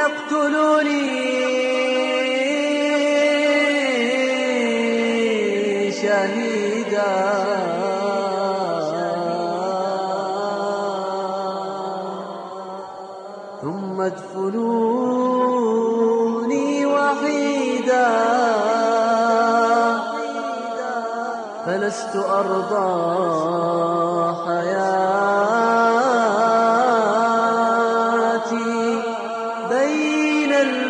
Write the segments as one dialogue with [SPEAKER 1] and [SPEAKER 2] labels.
[SPEAKER 1] يقتلوني شهيدا ثم ادفنوني وحيدا فلست أرضى حياتي بين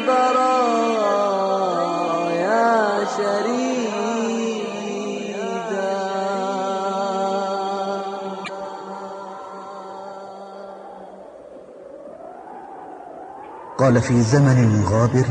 [SPEAKER 1] البرايا شريدا.
[SPEAKER 2] قال في زمن غابر: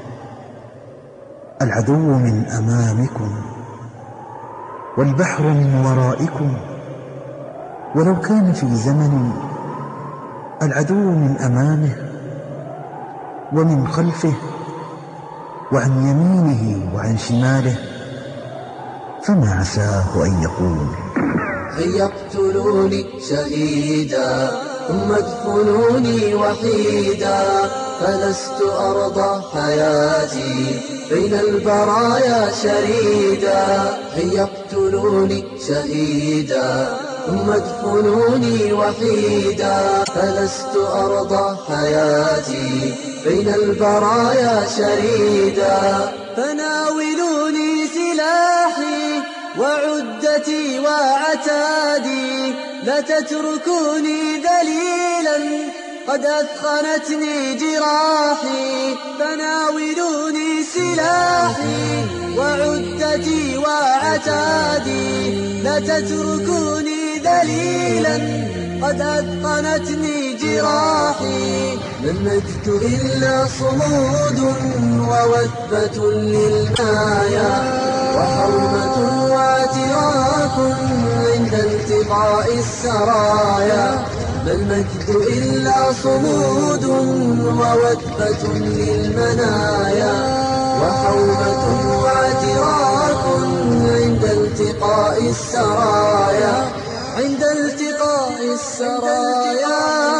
[SPEAKER 2] العدو من أمامكم والبحر من ورائكم. ولو كان في زمن العدو من أمامه ومن خلفه وعن يمينه وعن شماله فما عساه أن يقول:
[SPEAKER 1] هيا اقتلوني شهيدا ثم ادفنوني وحيدا فلست أرضى حياتي بين البرايا شريدا. هيا اقتلوني شهيدا ثم ادفنوني وحيدا فلست أرضى حياتي بين البرايا شريدا. فناولوني سلاحي وعدتي وعتادي لا تتركوني ذليلا قد أثخنتني جراحي. فناولوني سلاحي وعدتي وعتادي لا تتركوني ذليلا قد أثخنتني جراحي. ما المجد إلا صمود ووثبة للمايا وحرمة واعتراف عند التقاء السرايا. ما المجد إلا صمود ووثبة للمنايا وحومة واعتراف عند التقاء السرايا. عند التقاء السرايا.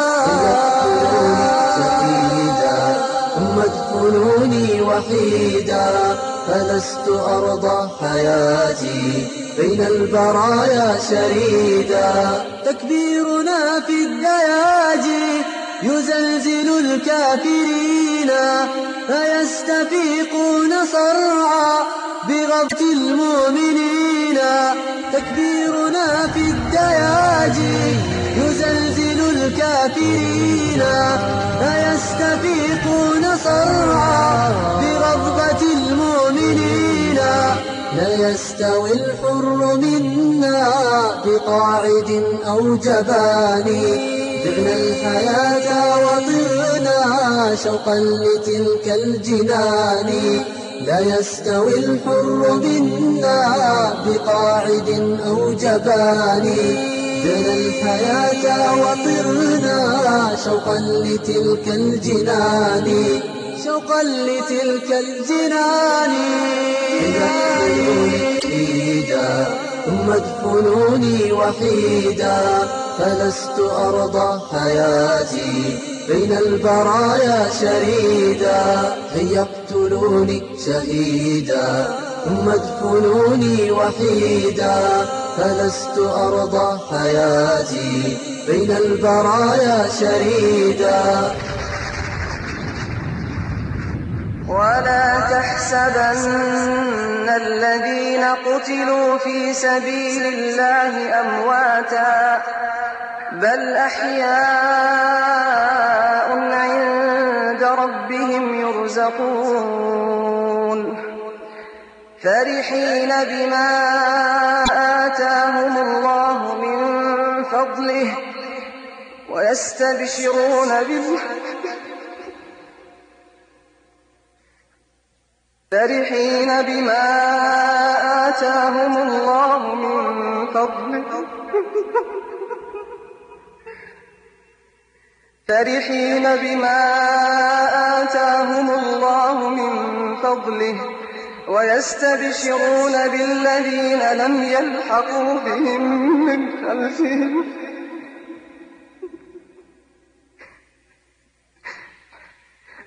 [SPEAKER 1] ثم ادفنوني وحيدا فلست أرضى حياتي بين البرايا شريدا. تكبيرنا في الدياجي يزلزل الكافرين فيستفيقون صرعى بغبط المؤمنين. تكبيرنا في الدياجي يزلزل الكافرين فيستفيقون صرعى بغضبة المؤمنين. لا يستوي الحر منا بقاعد أو جباني بعنا الحياة وطرنا شوقا لتلك الجنان. لا يستوي الحر منا بقاعد أو جباني بعنا الحياة وطرنا شوقا لتلك الجنان. شوقا لتلك الجنان. ثم ادفنوني وحيدا فلست أرضى حياتي بين البرايا شريدا. هيا اقتلوني شهيدا ثم ادفنوني وحيدا فلست أرضى حياتي بين البرايا شريدا.
[SPEAKER 3] ولا تحسبن الذين قتلوا في سبيل الله أمواتا بل أحياء عند ربهم يرزقون فرحين بما آتاهم الله من فضله ويستبشرون فرحين بما آتاهم الله من فضله ويستبشرون بالذين لم يلحقوا بهم من خلفهم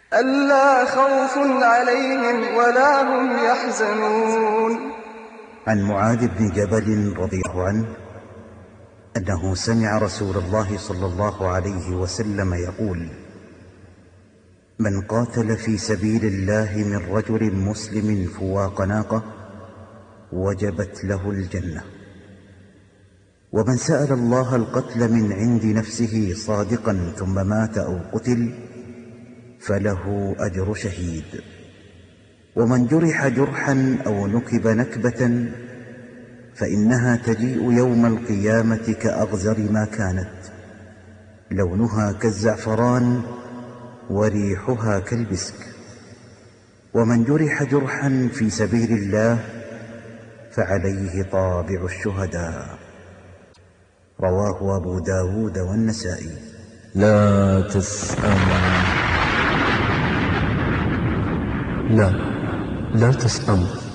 [SPEAKER 3] ألا خوف عليهم ولا هم يحزنون.
[SPEAKER 2] عن معاذ بن جبل رضي الله عنه أنه سمع رسول الله صلى الله عليه وسلم يقول: من قاتل في سبيل الله من رجل مسلم فواق ناقة وجبت له الجنة، ومن سأل الله القتل من عند نفسه صادقا ثم مات أو قتل فله أجر شهيد، ومن جرح جرحا أو نكب نكبة فإنها تجيء يوم القيامة كأغزر ما كانت، لونها كالزعفران وريحها كالمسك، ومن جرح جرحا في سبيل الله فعليه طابع الشهداء. رواه أبو داود والنسائي.
[SPEAKER 4] لا تسأم، لا تسأم.